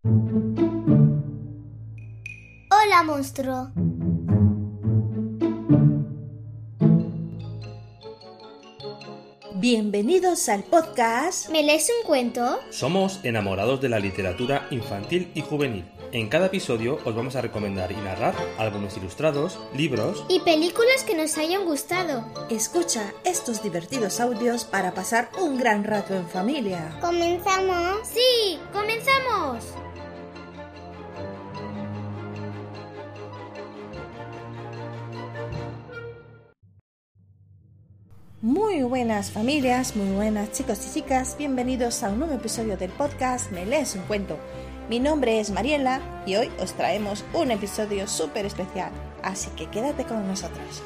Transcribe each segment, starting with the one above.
Hola, monstruo. Bienvenidos al podcast ¿Me lees un cuento? Somos enamorados de la literatura infantil y juvenil. En cada episodio os vamos a recomendar y narrar álbumes ilustrados, libros Y películas que nos hayan gustado. Escucha estos divertidos audios para pasar un gran rato en familia. ¿Comenzamos? ¡Sí! ¡Comenzamos! Muy buenas familias, muy buenas chicos y chicas, bienvenidos a un nuevo episodio del podcast Me lees un cuento. Mi nombre es Mariela y hoy os traemos un episodio súper especial, así que quédate con nosotros.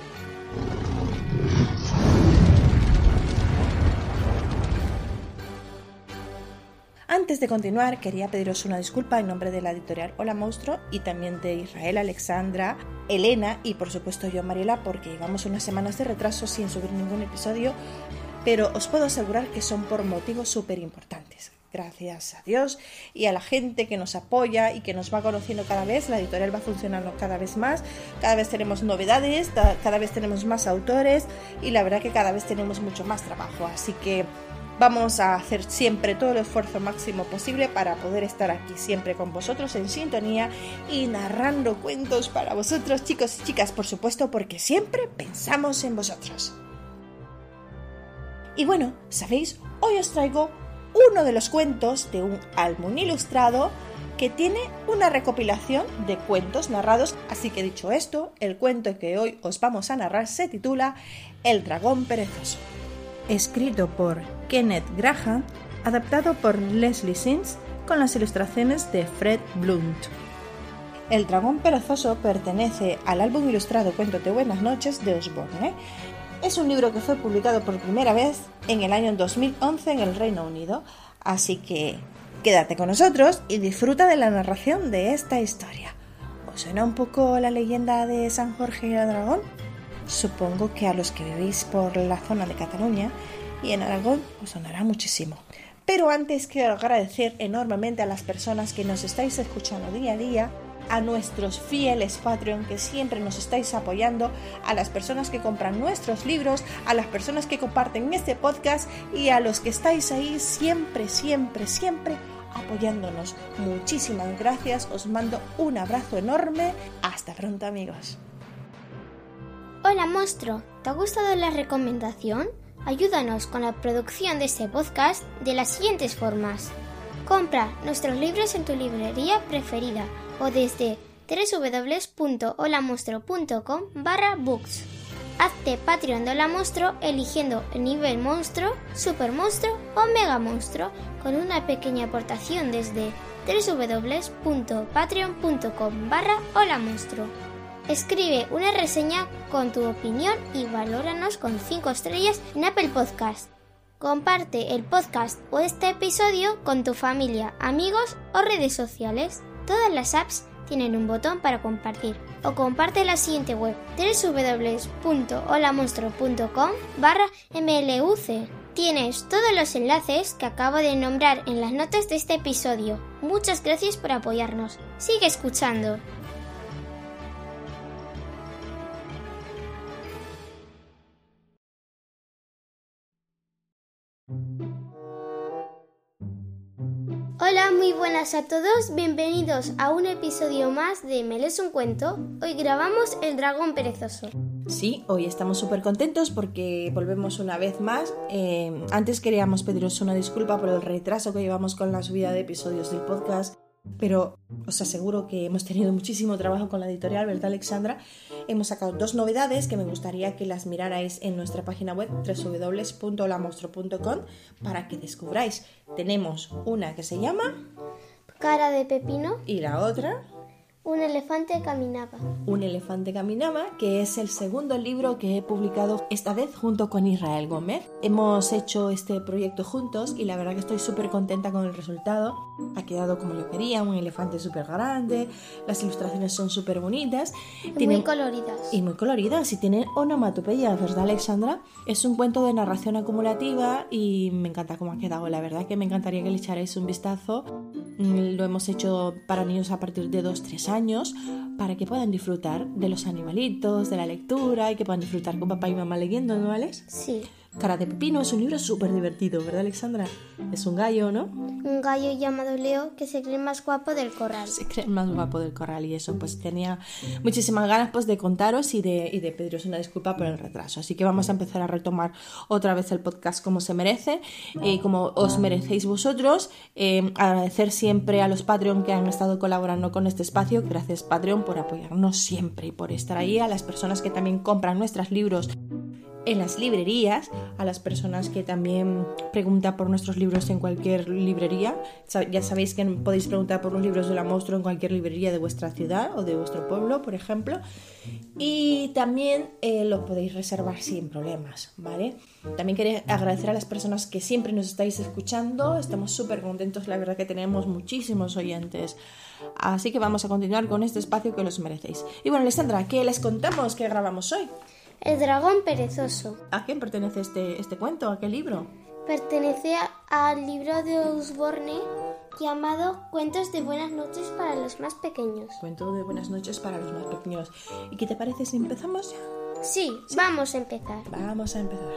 Antes de continuar, quería pediros una disculpa en nombre de la editorial Hola Monstruo y también de Israel, Alexandra, Elena y por supuesto yo, Mariela, porque llevamos unas semanas de retraso sin subir ningún episodio, pero os puedo asegurar que son por motivos súper importantes. Gracias a Dios y a la gente que nos apoya y que nos va conociendo cada vez, la editorial va funcionando cada vez más, cada vez tenemos novedades, cada vez tenemos más autores y la verdad que cada vez tenemos mucho más trabajo, así que vamos a hacer siempre todo el esfuerzo máximo posible para poder estar aquí siempre con vosotros en sintonía y narrando cuentos para vosotros, chicos y chicas, por supuesto, porque siempre pensamos en vosotros. Y bueno, ¿sabéis? Hoy os traigo uno de los cuentos de un álbum ilustrado que tiene una recopilación de cuentos narrados. Así que dicho esto, el cuento que hoy os vamos a narrar se titula El dragón perezoso. Escrito por Kenneth Graham, adaptado por Leslie Sims, con las ilustraciones de Fred Blunt. El dragón perezoso pertenece al álbum ilustrado Cuentos de Buenas Noches de Osborne. Es un libro que fue publicado por primera vez en el año 2011 en el Reino Unido, así que quédate con nosotros y disfruta de la narración de esta historia. ¿Os suena un poco la leyenda de San Jorge y el dragón? Supongo que a los que vivís por la zona de Cataluña y en Aragón os sonará muchísimo. Pero antes quiero agradecer enormemente a las personas que nos estáis escuchando día a día, a nuestros fieles Patreon que siempre nos estáis apoyando, a las personas que compran nuestros libros, a las personas que comparten este podcast y a los que estáis ahí siempre apoyándonos. Muchísimas gracias, os mando un abrazo enorme. Hasta pronto, amigos. Hola, monstruo. ¿Te ha gustado la recomendación? Ayúdanos con la producción de este podcast de las siguientes formas. Compra nuestros libros en tu librería preferida o desde www.holamonstruo.com/books. Hazte Patreon de Hola Monstruo eligiendo el nivel monstruo, super monstruo o mega monstruo con una pequeña aportación desde www.patreon.com/holamonstruo. Escribe una reseña con tu opinión y valóranos con 5 estrellas en Apple Podcast. Comparte el podcast o este episodio con tu familia, amigos o redes sociales. Todas las apps tienen un botón para compartir. O comparte la siguiente web: www.holamonstruo.com/mluc. Tienes todos los enlaces que acabo de nombrar en las notas de este episodio. Muchas gracias por apoyarnos. Sigue escuchando. Hola, muy buenas a todos, bienvenidos a un episodio más de Me lees un cuento. Hoy grabamos El dragón perezoso. Sí, hoy estamos súper contentos porque volvemos una vez más. Antes queríamos pediros una disculpa por el retraso que llevamos con la subida de episodios del podcast, pero os aseguro que hemos tenido muchísimo trabajo con la editorial, ¿verdad, Alexandra? Hemos sacado 2 novedades que me gustaría que las mirarais en nuestra página web www.holamonstruo.com para que descubráis. Tenemos una que se llama Cara de pepino y la otra Un elefante caminaba. Un elefante caminaba, que es el segundo libro que he publicado esta vez junto con Israel Gómez. Hemos hecho este proyecto juntos y la verdad que estoy súper contenta con el resultado. Ha quedado como yo quería, un elefante súper grande, las ilustraciones son súper bonitas. Muy coloridas. Y muy coloridas y tienen onomatopeya, ¿verdad, Alexandra? Es un cuento de narración acumulativa y me encanta cómo ha quedado. La verdad que me encantaría que le echarais un vistazo. Lo hemos hecho para niños a partir de 2-3 años, para que puedan disfrutar de los animalitos, de la lectura y que puedan disfrutar con papá y mamá leyendo, ¿no, Alex? Sí. Cara de Pepino es un libro súper divertido, ¿verdad, Alexandra? Es un gallo, ¿no? Un gallo llamado Leo que se cree el más guapo del corral. Se cree el más guapo del corral y eso, pues tenía muchísimas ganas pues de contaros y de pediros una disculpa por el retraso. Así que vamos a empezar a retomar otra vez el podcast como se merece, como os merecéis vosotros. Agradecer siempre a los Patreon que han estado colaborando con este espacio. Gracias, Patreon, por apoyarnos siempre y por estar ahí. A las personas que también compran nuestros libros en las librerías, a las personas que también preguntan por nuestros libros en cualquier librería. Ya sabéis que podéis preguntar por los libros de La Monstruo en cualquier librería de vuestra ciudad o de vuestro pueblo, por ejemplo. Y también lo podéis reservar sin problemas, ¿vale? También quería agradecer a las personas que siempre nos estáis escuchando. Estamos súper contentos, la verdad que tenemos muchísimos oyentes. Así que vamos a continuar con este espacio que los merecéis. Y bueno, Alessandra, ¿qué les contamos que grabamos hoy? El dragón perezoso. ¿A quién pertenece este cuento? ¿A qué libro? Pertenece al libro de Osborne llamado Cuentos de buenas noches para los más pequeños. Cuento de buenas noches para los más pequeños. ¿Y qué te parece si empezamos ya? Sí, vamos a empezar. Vamos a empezar.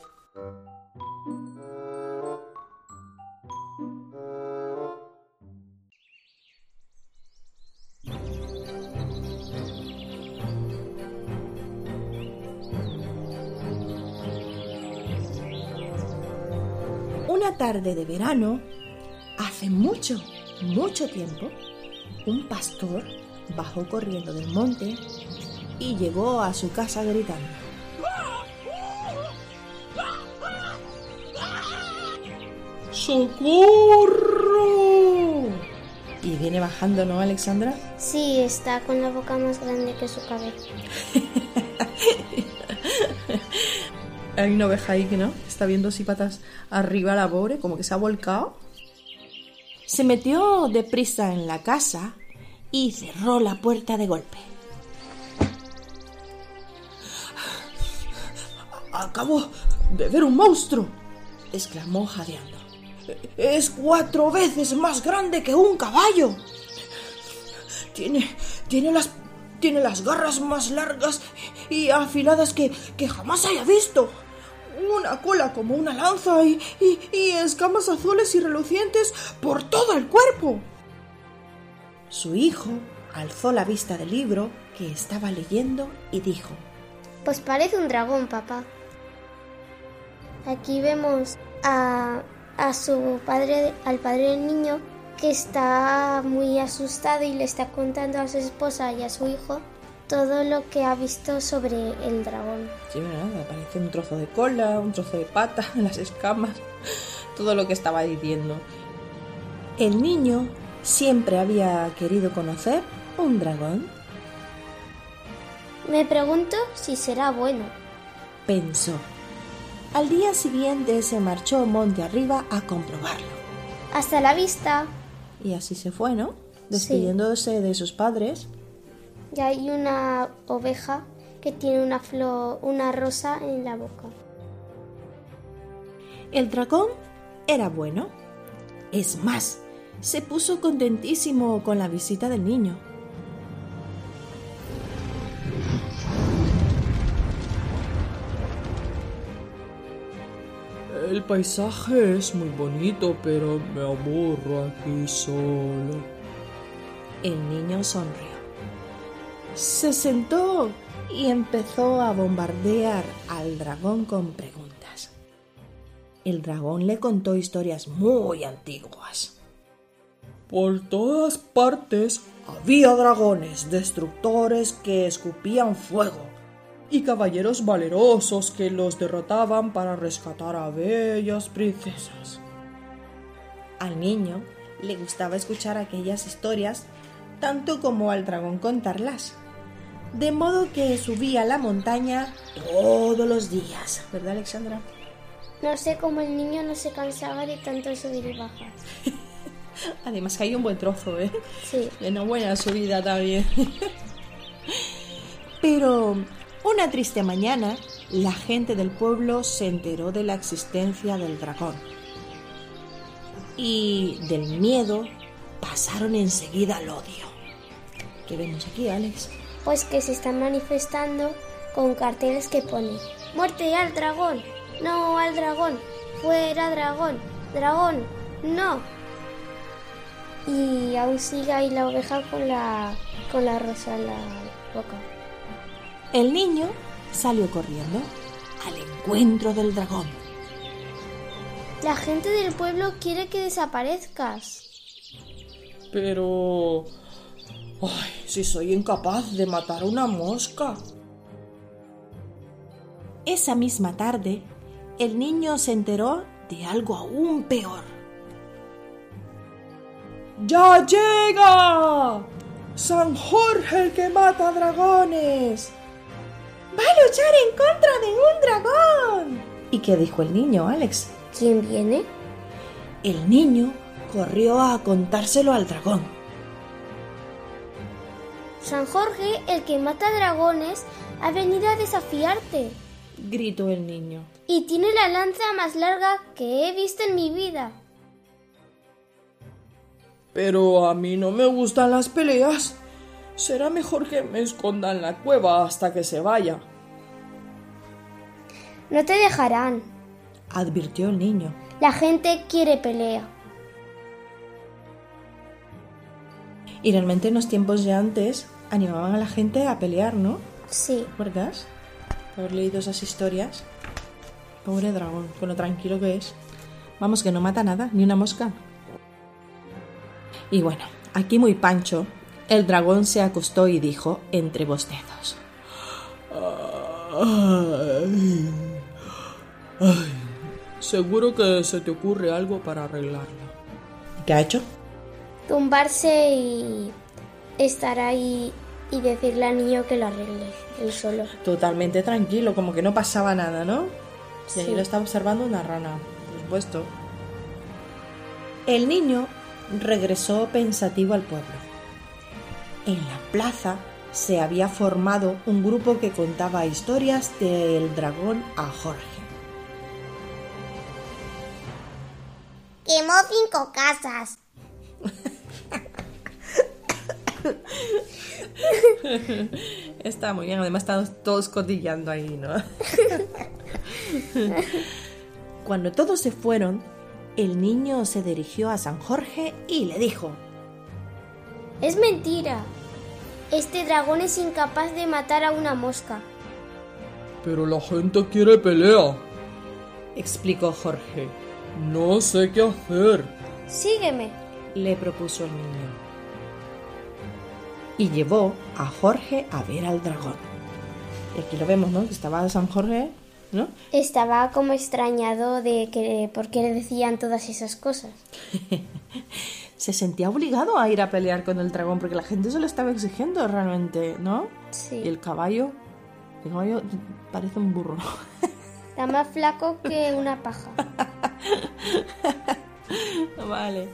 Una tarde de verano, hace mucho tiempo, un pastor bajó corriendo del monte y llegó a su casa gritando: ¡Socorro! Y viene bajando, ¿no, Alexandra? Sí, está con la boca más grande que su cabeza. Hay una oveja ahí que no, está viendo así patas arriba la pobre, como que se ha volcado. Se metió deprisa en la casa y cerró la puerta de golpe. «Acabo de ver un monstruo», exclamó jadeando. «Es 4 veces más grande que un caballo. Tiene las garras más largas y afiladas que jamás haya visto. Una cola como una lanza y escamas azules y relucientes por todo el cuerpo». Su hijo alzó la vista del libro que estaba leyendo y dijo: Pues parece un dragón, papá. Aquí vemos a su padre, al padre del niño, que está muy asustado y le está contando a su esposa y a su hijo todo lo que ha visto sobre el dragón. Sí, ¿verdad? Aparece un trozo de cola, un trozo de pata, las escamas, todo lo que estaba diciendo. El niño siempre había querido conocer un dragón. Me pregunto si será bueno, pensó. Al día siguiente se marchó monte arriba a comprobarlo. Hasta la vista. Y así se fue, ¿no? Despidiéndose de sus padres. Y hay una oveja que tiene una rosa en la boca. El dragón era bueno. Es más, se puso contentísimo con la visita del niño. El paisaje es muy bonito, pero me aburro aquí solo. El niño sonrió. Se sentó y empezó a bombardear al dragón con preguntas. El dragón le contó historias muy antiguas. Por todas partes había dragones destructores que escupían fuego y caballeros valerosos que los derrotaban para rescatar a bellas princesas. Al niño le gustaba escuchar aquellas historias tanto como al dragón contarlas, de modo que subía a la montaña todos los días, ¿verdad, Alexandra? No sé cómo el niño no se cansaba de tanto subir y bajar. Además que hay un buen trozo, ¿eh? Sí. Una buena subida también. Pero una triste mañana, la gente del pueblo se enteró de la existencia del dragón. Y del miedo pasaron enseguida al odio. ¿Qué vemos aquí, Alex? Pues que se están manifestando con carteles que ponen ¡muerte al dragón! ¡No al dragón! ¡Fuera dragón! ¡Dragón! ¡No! Y aún sigue ahí la oveja con la rosa en la boca. El niño salió corriendo al encuentro del dragón. La gente del pueblo quiere que desaparezcas. Pero... si soy incapaz de matar una mosca. Esa misma tarde, el niño se enteró de algo aún peor. ¡Ya llega! ¡San Jorge el que mata dragones! ¡Va a luchar en contra de un dragón! ¿Y qué dijo el niño, Alex? ¿Quién viene? El niño corrió a contárselo al dragón. San Jorge, el que mata dragones, ha venido a desafiarte. Gritó el niño. Y tiene la lanza más larga que he visto en mi vida. Pero a mí no me gustan las peleas. Será mejor que me esconda en la cueva hasta que se vaya. No te dejarán, advirtió el niño. La gente quiere pelea. Y realmente en los tiempos de antes animaban a la gente a pelear, ¿no? Sí. ¿Recuerdas? Haber leído esas historias. Pobre dragón, con lo tranquilo que es. Vamos, que no mata nada, ni una mosca. Y bueno, aquí muy pancho, el dragón se acostó y dijo entre bostezos: seguro que se te ocurre algo para arreglarlo. ¿Qué ha hecho? Tumbarse y estar ahí y decirle al niño que lo arregle él solo. Totalmente tranquilo, como que no pasaba nada, ¿no? Sí. Y ahí lo está observando una rana, por supuesto. El niño regresó pensativo al pueblo. En la plaza se había formado un grupo que contaba historias del dragón a Jorge. Quemó 5 casas. Está muy bien, además estamos todos cotillando ahí, ¿no? Cuando todos se fueron, el niño se dirigió a San Jorge y le dijo: Es mentira. Este dragón es incapaz de matar a una mosca. Pero la gente quiere pelea, explicó Jorge. No sé qué hacer. Sígueme, le propuso el niño. Y llevó a Jorge a ver al dragón. Y aquí lo vemos, ¿no? Que estaba San Jorge, ¿no? Estaba como extrañado de que por qué le decían todas esas cosas. Se sentía obligado a ir a pelear con el dragón porque la gente se lo estaba exigiendo realmente, ¿no? Sí. Y el caballo parece un burro. Está más flaco que una paja. Vale.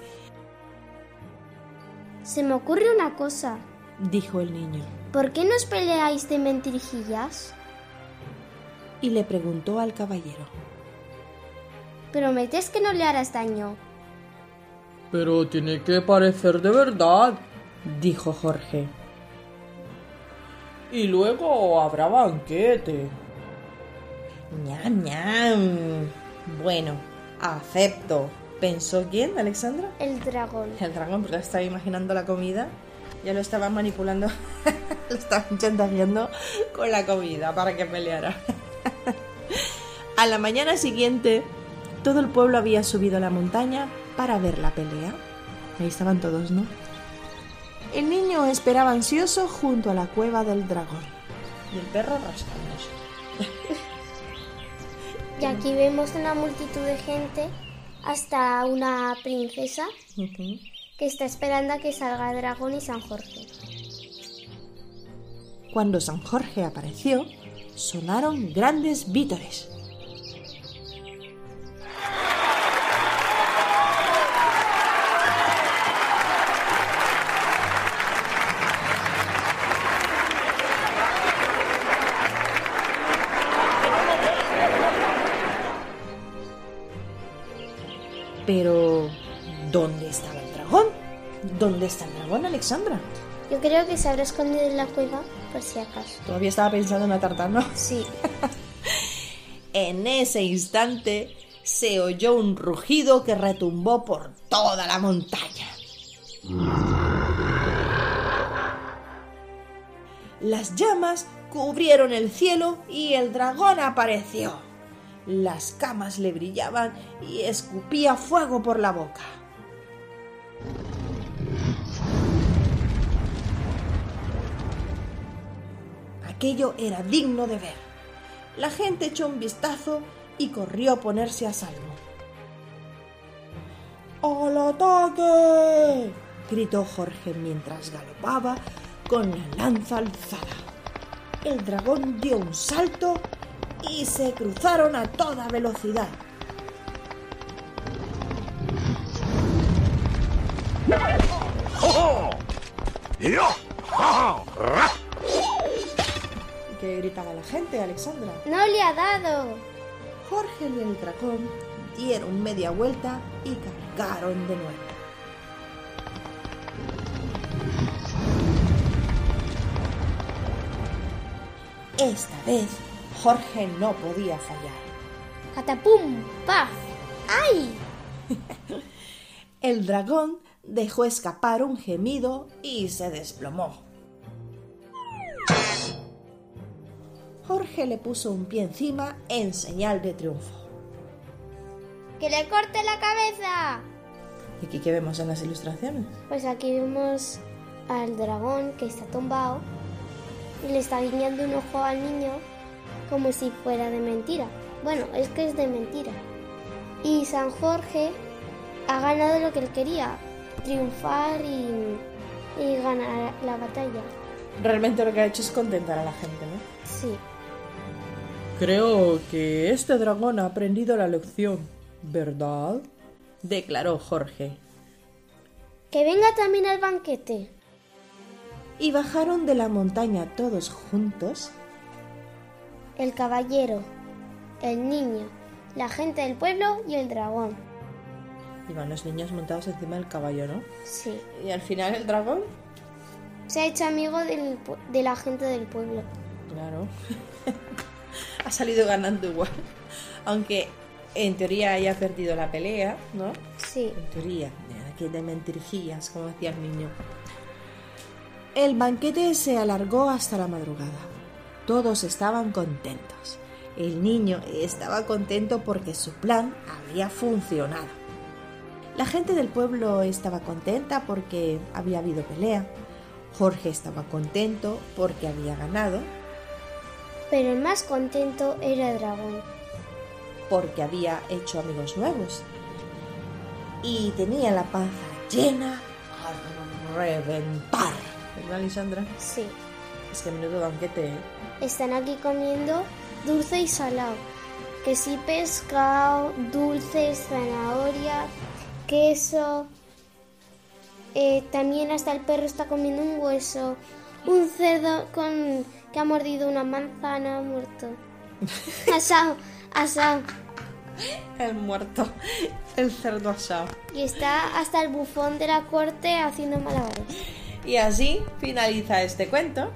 Se me ocurre una cosa, dijo el niño. ¿Por qué no os peleáis de mentirijillas? Y le preguntó al caballero. Prometes que no le harás daño. Pero tiene que parecer de verdad, dijo Jorge. Y luego habrá banquete. Ñam, ñam. Bueno, acepto. ¿Pensó quién, Alexandra? El dragón. El dragón, porque estaba imaginando la comida. Ya lo estaba manipulando. Lo estaban chantajeando con la comida para que peleara. A la mañana siguiente, todo el pueblo había subido a la montaña para ver la pelea. Ahí estaban todos, ¿no? El niño esperaba ansioso junto a la cueva del dragón. Y el perro rascándose. Y aquí vemos una multitud de gente, hasta una princesa que está esperando a que salga el dragón y San Jorge. Cuando San Jorge apareció, sonaron grandes vítores. Pero, ¿dónde estaba el dragón? ¿Dónde está el dragón, Alexandra? Yo creo que se habrá escondido en la cueva, por si acaso. Todavía estaba pensando en la tarta, ¿no? Sí. En ese instante se oyó un rugido que retumbó por toda la montaña. Las llamas cubrieron el cielo y el dragón apareció. Las camas le brillaban y escupía fuego por la boca. Aquello era digno de ver. La gente echó un vistazo y corrió a ponerse a salvo. ¡Al ataque!, gritó Jorge mientras galopaba con la lanza alzada. El dragón dio un salto y se cruzaron a toda velocidad. ¿Qué gritaba la gente, Alexandra? ¡No le ha dado! Jorge y el dragón dieron media vuelta y cargaron de nuevo. Esta vez Jorge no podía fallar. ¡Catapum! ¡Paf! ¡Ay! El dragón dejó escapar un gemido y se desplomó. Jorge le puso un pie encima en señal de triunfo. ¡Que le corte la cabeza! ¿Y aquí qué vemos en las ilustraciones? Pues aquí vemos al dragón que está tumbado y le está guiñando un ojo al niño como si fuera de mentira. Bueno, es que es de mentira. Y San Jorge ha ganado lo que él quería, triunfar y ganar la batalla. Realmente lo que ha hecho es contentar a la gente, ¿no? Sí. Creo que este dragón ha aprendido la lección, ¿verdad? Declaró Jorge. ¡Que venga también al banquete! Y bajaron de la montaña todos juntos. El caballero, el niño, la gente del pueblo y el dragón. Iban los niños montados encima del caballo, ¿no? Sí. Y al final el dragón. Se ha hecho amigo de la gente del pueblo. Claro. Ha salido ganando igual. Aunque en teoría haya perdido la pelea, ¿no? Sí. En teoría. Aquí de mentirijillas, como decía el niño. El banquete se alargó hasta la madrugada. Todos estaban contentos. El niño estaba contento porque su plan había funcionado. La gente del pueblo estaba contenta porque había habido pelea. Jorge estaba contento porque había ganado. Pero el más contento era el dragón. Porque había hecho amigos nuevos. Y tenía la panza llena a reventar. ¿Verdad, Lisandra? Sí. Es que menudo banquete, ¿eh? Están aquí comiendo dulce y salado. Que sí, pescado, dulces, zanahoria, queso. También hasta el perro está comiendo un hueso. Un cerdo que ha mordido una manzana muerto. Asado. El muerto. El cerdo asado. Y está hasta el bufón de la corte haciendo malabares. Y así finaliza este cuento.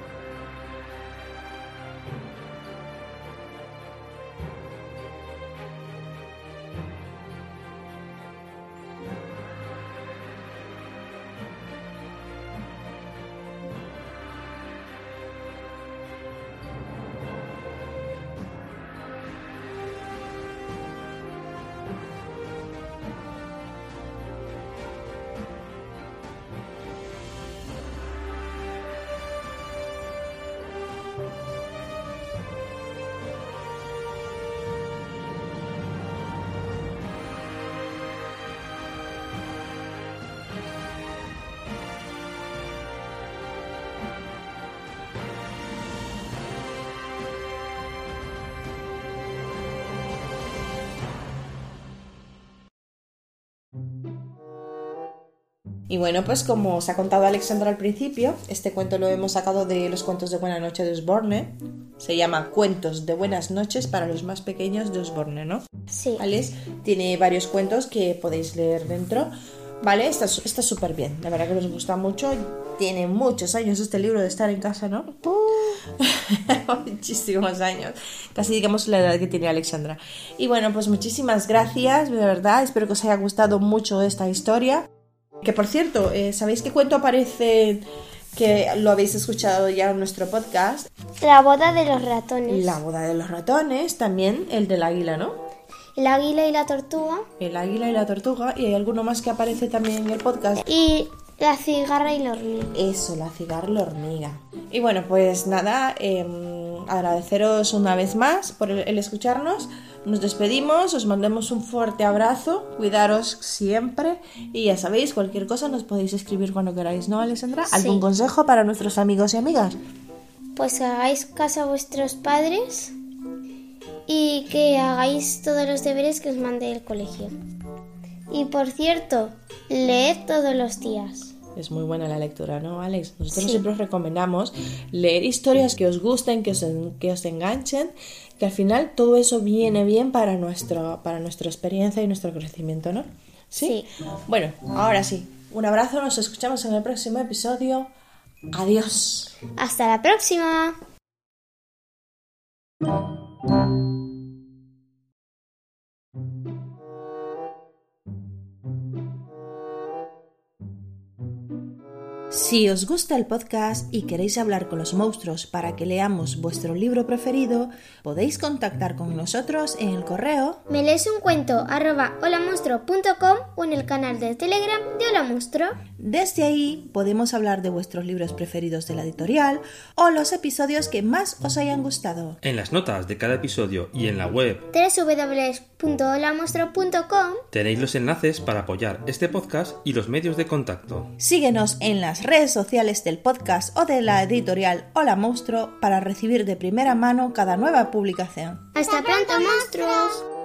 Y bueno, pues como os ha contado Alexandra al principio, este cuento lo hemos sacado de los cuentos de Buena Noche de Osborne. Se llama Cuentos de Buenas Noches para los más pequeños de Osborne, ¿no? Sí. Alex tiene varios cuentos que podéis leer dentro. ¿Vale? Está súper bien. La verdad que nos gusta mucho. Tiene muchos años este libro de estar en casa, ¿no? Muchísimos años. Casi digamos la edad que tiene Alexandra. Y bueno, pues muchísimas gracias, de verdad. Espero que os haya gustado mucho esta historia. Que por cierto, ¿sabéis qué cuento aparece? Que lo habéis escuchado ya en nuestro podcast. La boda de los ratones. La boda de los ratones. También el del águila, ¿no? El águila y la tortuga. El águila y la tortuga. Y hay alguno más que aparece también en el podcast. Y la cigarra y la hormiga. Eso, la cigarra y la hormiga. Y bueno, pues nada, agradeceros una vez más por el escucharnos. Nos despedimos, os mandamos un fuerte abrazo, cuidaros siempre y ya sabéis, cualquier cosa nos podéis escribir cuando queráis, ¿no, Alessandra? Sí. ¿Algún consejo para nuestros amigos y amigas? Pues que hagáis caso a vuestros padres y que hagáis todos los deberes que os mande el colegio. Y por cierto, leed todos los días. Es muy buena la lectura, ¿no, Alex? Nosotros Sí. siempre os recomendamos leer historias que os gusten, que os enganchen, que al final todo eso viene bien para nuestra experiencia y nuestro crecimiento, ¿no? ¿Sí? Sí. Bueno, ahora sí. Un abrazo, nos escuchamos en el próximo episodio. Adiós. ¡Hasta la próxima! Si os gusta el podcast y queréis hablar con los monstruos para que leamos vuestro libro preferido, podéis contactar con nosotros en el correo Me lees un cuento @holamonstruo.com o en el canal de Telegram de Hola Monstruo. Desde ahí podemos hablar de vuestros libros preferidos de la editorial o los episodios que más os hayan gustado. En las notas de cada episodio y en la web www.holamonstruo.com. tenéis los enlaces para apoyar este podcast y los medios de contacto. Síguenos en las redes sociales del podcast o de la editorial Hola Monstruo para recibir de primera mano cada nueva publicación. ¡Hasta pronto, monstruos!